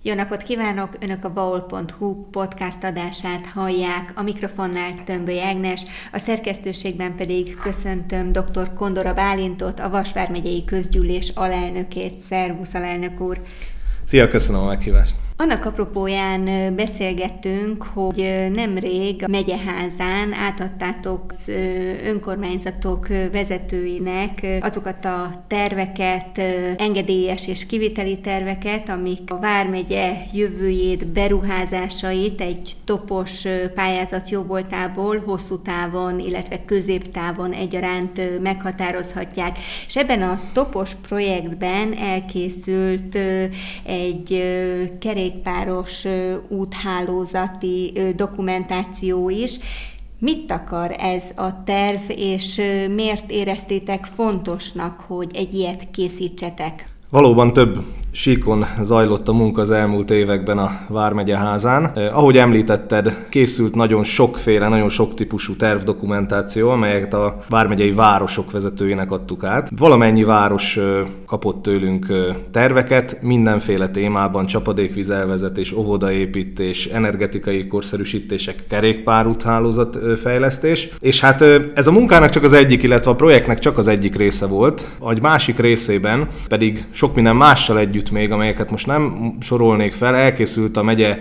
Jó napot kívánok! Önök a baol.hu podcast adását hallják, a mikrofonnál Tömböly Ágnes, a szerkesztőségben pedig köszöntöm dr. Kondora Bálintot, a Vas vármegyei közgyűlés alelnökét. Szervusz, alelnök úr! Szia, köszönöm a meghívást! Annak apropóján beszélgettünk, hogy nemrég a megyeházán átadtátok önkormányzatok vezetőinek azokat a terveket, engedélyes és kiviteli terveket, amik a vármegye jövőjét, beruházásait egy topos pályázat jóvoltából hosszú távon, illetve középtávon egyaránt meghatározhatják. És ebben a topos projektben elkészült egy kerékpáros úthálózati dokumentáció is. Mit akar ez a terv, és miért éreztétek fontosnak, hogy egy ilyet készítsetek? Valóban több síkon zajlott a munka az elmúlt években a Vármegyeházán. Ahogy említetted, készült nagyon sokféle, nagyon sok típusú tervdokumentáció, amelyet a vármegyei városok vezetőinek adtuk át. Valamennyi város kapott tőlünk terveket, mindenféle témában: csapadékvízelvezetés, óvodaépítés, energetikai korszerűsítések, kerékpárúthálózat fejlesztés. És hát ez a munkának csak az egyik, illetve a projektnek csak az egyik része volt. Egy másik részében pedig sok minden mással együtt még, amelyeket most nem sorolnék fel, elkészült a megye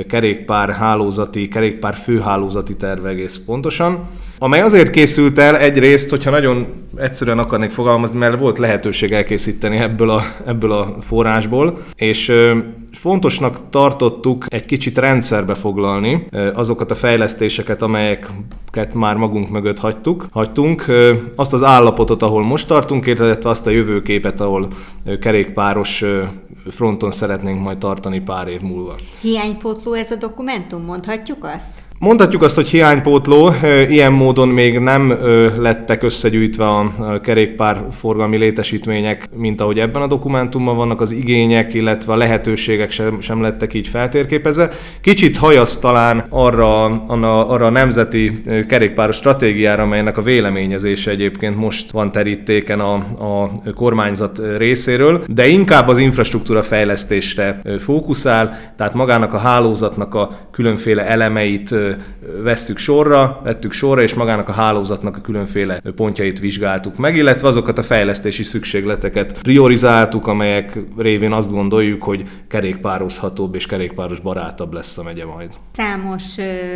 kerékpár főhálózati terve egész pontosan, amely azért készült el egyrészt, hogyha nagyon egyszerűen akarnék fogalmazni, mert volt lehetőség elkészíteni ebből a forrásból, és fontosnak tartottuk egy kicsit rendszerbe foglalni azokat a fejlesztéseket, amelyeket már magunk mögött hagytunk, azt az állapotot, ahol most tartunk, illetve azt a jövőképet, ahol kerékpáros fronton szeretnénk majd tartani pár év múlva. Hiánypótló ez a dokumentum, mondhatjuk azt? Mondhatjuk azt, hogy hiánypótló, ilyen módon még nem lettek összegyűjtve a kerékpárforgalmi létesítmények, mint ahogy ebben a dokumentumban vannak az igények, illetve a lehetőségek sem lettek így feltérképezve. Kicsit hajaszt talán arra a nemzeti kerékpáros stratégiára, amelynek a véleményezése egyébként most van terítéken a kormányzat részéről, de inkább az infrastruktúra fejlesztésre fókuszál, tehát magának a hálózatnak a különféle elemeit vettük sorra, és magának a hálózatnak a különféle pontjait vizsgáltuk meg, illetve azokat a fejlesztési szükségleteket priorizáltuk, amelyek révén azt gondoljuk, hogy kerékpározhatóbb és kerékpáros barátabb lesz a megye majd. Számos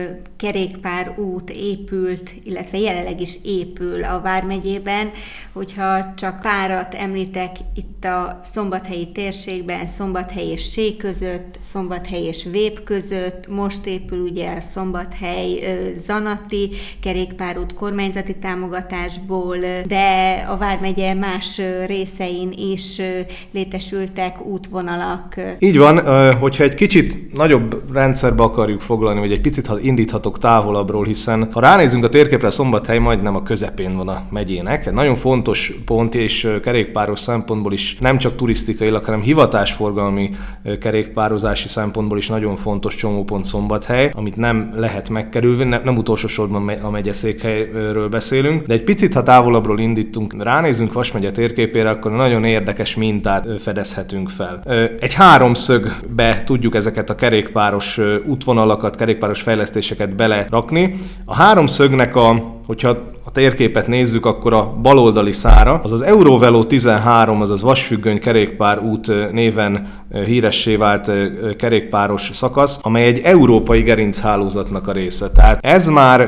kerékpárút épült, illetve jelenleg is épül a Vármegyében, hogyha csak párat említek itt a szombathelyi térségben, Szombathely és Sé között, Szombathely és Vép között, most épül ugye a Szombathely-Zanati kerékpárút kormányzati támogatásból, de a Vármegye más részein is létesültek útvonalak. Így van, hogyha egy kicsit nagyobb rendszerbe akarjuk foglalni, vagy egy picit indíthatok távolabbról, hiszen ha ránézünk a térképre, a Szombathely majdnem a közepén van a megyének. Egy nagyon fontos pont, és kerékpáros szempontból is nem csak turisztikailag, hanem hivatásforgalmi kerékpározási szempontból is nagyon fontos csomópont Szombathely, amit nem lehet megkerülni, nem utolsó sorban a megyeszékhelyről beszélünk, de egy picit, ha távolabbról indítunk, ránézünk Vas megye térképére, akkor nagyon érdekes mintát fedezhetünk fel. Egy háromszögbe tudjuk ezeket a kerékpáros útvonalakat, kerékpáros fejlesztéseket belerakni. A háromszögnek hogyha a térképet nézzük, akkor a baloldali szára, az Eurovelo 13, azaz Vasfüggöny kerékpárút néven híressé vált kerékpáros szakasz, amely egy európai gerinchálózatnak a része. Tehát ez már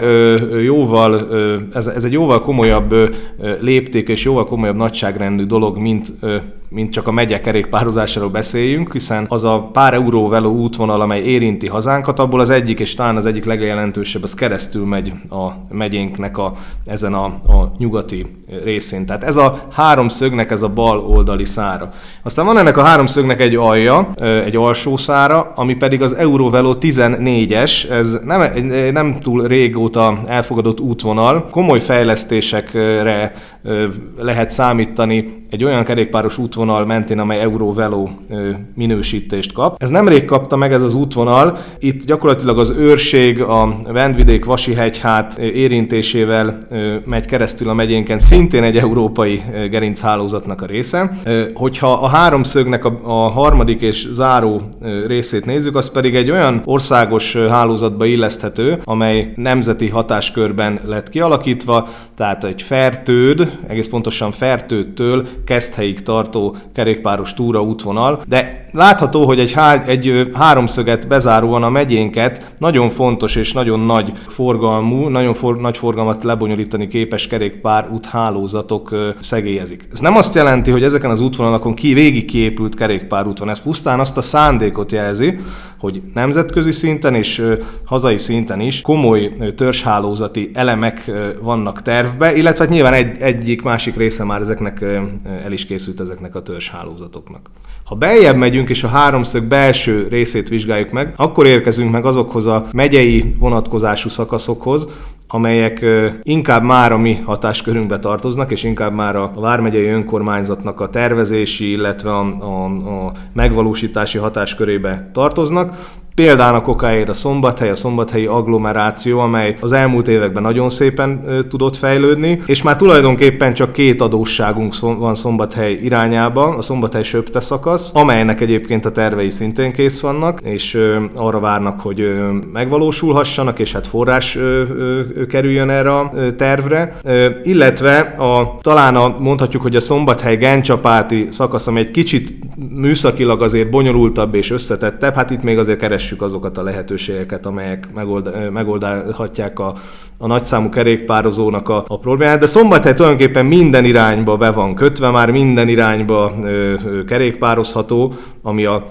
ez egy jóval komolyabb lépték és jóval komolyabb nagyságrendű dolog, mint csak a megye kerékpározásáról beszéljünk, hiszen az a pár Eurovelo útvonal, amely érinti hazánkat, abból az egyik, és talán az egyik legjelentősebb, az keresztül megy a megyénknek ezen a nyugati részén. Tehát ez a háromszögnek ez a bal oldali szára. Aztán van ennek a háromszögnek egy alja, egy alsó szára, ami pedig az Eurovelo 14-es, ez nem túl régóta elfogadott útvonal. Komoly fejlesztésekre lehet számítani egy olyan kerékpáros útvonal, útvonal mentén, amely Eurovelo minősítést kap. Ez nemrég kapta meg ez az útvonal, itt gyakorlatilag az őrség, a Vendvidék Vasihegyhát érintésével megy keresztül a megyénken, szintén egy európai gerinchálózatnak a része. Hogyha a háromszögnek a harmadik és záró részét nézzük, az pedig egy olyan országos hálózatba illeszthető, amely nemzeti hatáskörben lett kialakítva, tehát egy Fertőd, egész pontosan Fertődtől Keszthelyig tartó kerékpáros túraútvonal, de látható, hogy egy háromszöget bezáróan a megyénket nagyon fontos és nagyon nagy forgalmú, nagy forgalmat lebonyolítani képes kerékpárút hálózatok szegélyezik. Ez nem azt jelenti, hogy ezeken az útvonalakon végig kiépült kerékpárút van, ez pusztán azt a szándékot jelzi, hogy nemzetközi szinten és hazai szinten is komoly törzshálózati elemek vannak tervbe, illetve nyilván egyik-másik része már ezeknek el is készült ezeknek a törzshálózatoknak. Ha beljebb megyünk és a háromszög belső részét vizsgáljuk meg, akkor érkezünk meg azokhoz a megyei vonatkozású szakaszokhoz, amelyek inkább már a mi hatáskörünkbe tartoznak, és inkább már a vármegyei önkormányzatnak a tervezési, illetve a megvalósítási hatáskörébe tartoznak. Például okáért a szombathelyi agglomeráció, amely az elmúlt években nagyon szépen tudott fejlődni, és már tulajdonképpen csak 2 adósságunk van Szombathely irányába, a Szombathely-Söpte szakasz, amelynek egyébként a tervei szintén kész vannak, és arra várnak, hogy megvalósulhassanak, és hát forrás kerüljön erre a tervre, illetve talán mondhatjuk, hogy a Szombathely-Gencsapáti szakasz, ami egy kicsit műszakilag azért bonyolultabb és összetettebb, hát itt még azért keressük azokat a lehetőségeket, amelyek megoldhatják a nagyszámú kerékpározónak a problémát, de Szombathely tulajdonképpen minden irányba be van kötve, már minden irányba kerékpározható, ami a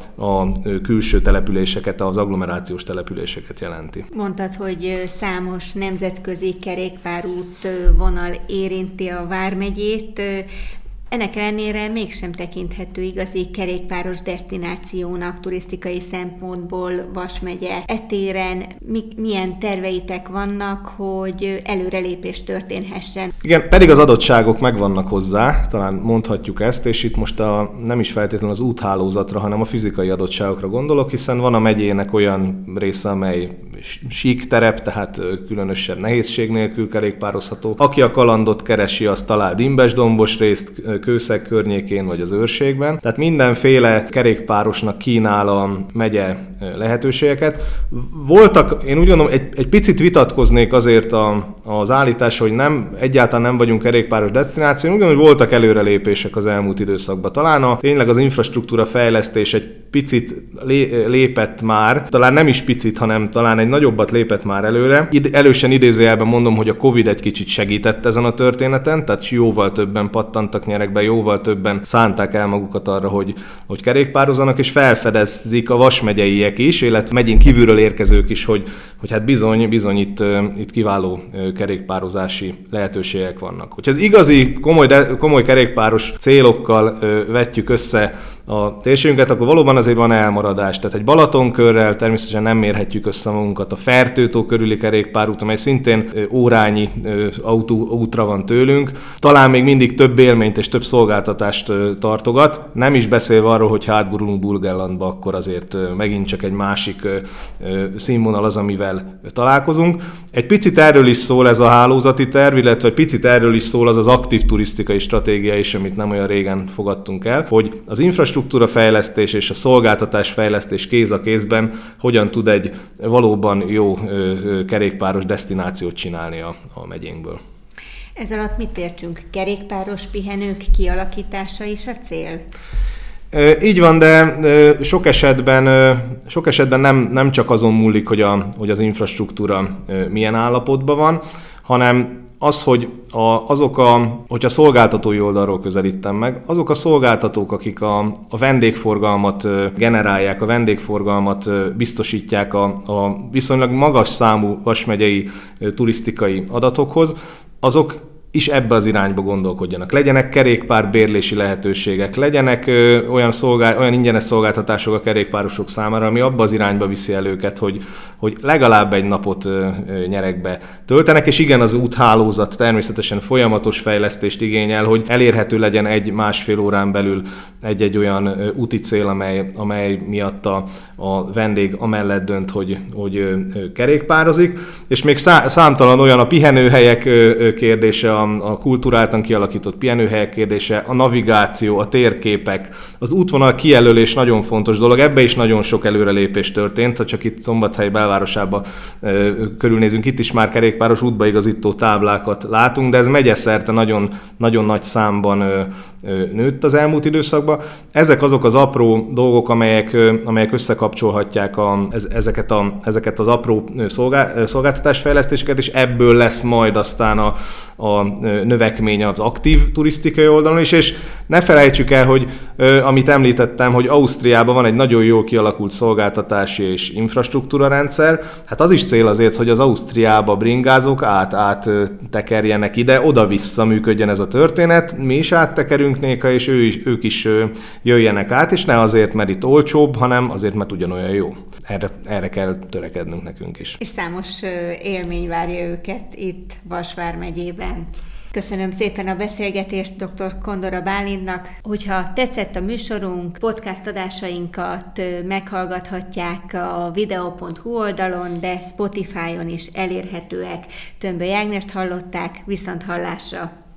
külső településeket, az agglomerációs településeket jelenti. Mondtad, hogy számos nemzetközi kerékpárút vonal érinti a vármegyét. Ennek ellenére mégsem tekinthető igazi kerékpáros desztinációnak turisztikai szempontból Vas megye. E téren milyen terveitek vannak, hogy előrelépés történhessen? Igen, pedig az adottságok megvannak hozzá, talán mondhatjuk ezt, és itt most nem is feltétlenül az úthálózatra, hanem a fizikai adottságokra gondolok, hiszen van a megyének olyan része, amely sík terep, tehát különösebb nehézség nélkül kerékpározható. Aki a kalandot keresi, az talál dimbes-dombos részt, Kőszeg környékén vagy az őrségben. Tehát mindenféle kerékpárosnak kínál a megye lehetőségeket. Voltak, én úgy gondolom, egy picit vitatkoznék azért az állítás, hogy egyáltalán nem vagyunk kerékpáros desztináció. Úgy gondolom, hogy voltak előrelépések az elmúlt időszakban. Talán tényleg az infrastruktúra fejlesztés egy picit lépett már, talán nem is picit, hanem talán egy nagyobbat lépett már előre. Elősen idézőjelben mondom, hogy a Covid egy kicsit segített ezen a történeten, tehát jóval többen pattantak nyerekbe, jóval többen szánták el magukat arra, hogy kerékpározzanak, és felfedezzik a vasmegyeiek is, illetve megyén kívülről érkezők is, hogy hát bizony itt kiváló kerékpározási lehetőségek vannak. Hogyha ez igazi, komoly kerékpáros célokkal vetjük össze a térségünket, akkor valóban azért van elmaradás. Tehát egy Balatonkörrel természetesen nem mérhetjük össze magunkat. A Fertőtó körüli kerékpárút, amely szintén órányi autóútra van tőlünk, talán még mindig több élményt és több szolgáltatást tartogat. Nem is beszélve arról, hogy átgurulunk Burgenlandba, akkor azért megint csak egy másik színvonal az, amivel találkozunk. Egy picit erről is szól ez a hálózati terv, illetve egy picit erről is szól az aktív turisztikai stratégia is, amit nem olyan régen fogadtunk el, hogy az infrastruktúra fejlesztés és a szolgáltatás fejlesztés kéz a kézben hogyan tud egy valóban jó kerékpáros desztinációt csinálni a megyénkből. Ez alatt mit értsünk? Kerékpáros pihenők kialakítása is a cél? Így van, de sok esetben nem csak azon múlik, hogy az infrastruktúra milyen állapotban van, hanem az, hogy hogyha szolgáltatói oldalról közelítem meg, azok a szolgáltatók, akik a vendégforgalmat generálják, a vendégforgalmat biztosítják a viszonylag magas számú vasmegyei turisztikai adatokhoz, azok is ebbe az irányba gondolkodjanak. Legyenek kerékpárbérlési lehetőségek, legyenek olyan ingyenes szolgáltatások a kerékpárosok számára, ami abba az irányba viszi el őket, hogy legalább egy napot nyeregbe töltenek, és igen, az úthálózat természetesen folyamatos fejlesztést igényel, hogy elérhető legyen 1-1,5 órán belül egy olyan úti cél, amely miatt a vendég amellett dönt, hogy kerékpározik, és még számtalan olyan a pihenőhelyek kérdése, a kulturáltan kialakított pihenőhelyek kérdése, a navigáció, a térképek, az útvonal kijelölés nagyon fontos dolog, ebbe is nagyon sok előrelépés történt, ha csak itt Szombathely belvárosába körülnézünk, itt is már kerékpáros útbaigazító táblákat látunk, de ez megyeszerte nagyon, nagyon nagy számban nőtt az elmúlt időszakban. Ezek azok az apró dolgok, amelyek összekapcsolhatják ezeket az apró szolgáltatásfejlesztéseket, és ebből lesz majd aztán a növekmény az aktív turisztikai oldalon is, és ne felejtsük el, hogy amit említettem, hogy Ausztriában van egy nagyon jól kialakult szolgáltatási és infrastruktúra rendszer, hát az is cél azért, hogy az Ausztriába bringázók áttekerjenek ide, oda-vissza működjön ez a történet, mi is áttekerünk néka, és ők is jöjjenek át, és ne azért, mert itt olcsóbb, hanem azért, mert ugyanolyan jó. Erre kell törekednünk nekünk is. És számos élmény várja őket itt Vas vármegyében. Köszönöm szépen a beszélgetést dr. Kondora Bálintnak. Hogyha tetszett a műsorunk, podcast adásainkat meghallgathatják a video.hu oldalon, de Spotify-on is elérhetőek. Tömböly Ágnest hallották, viszonthallásra!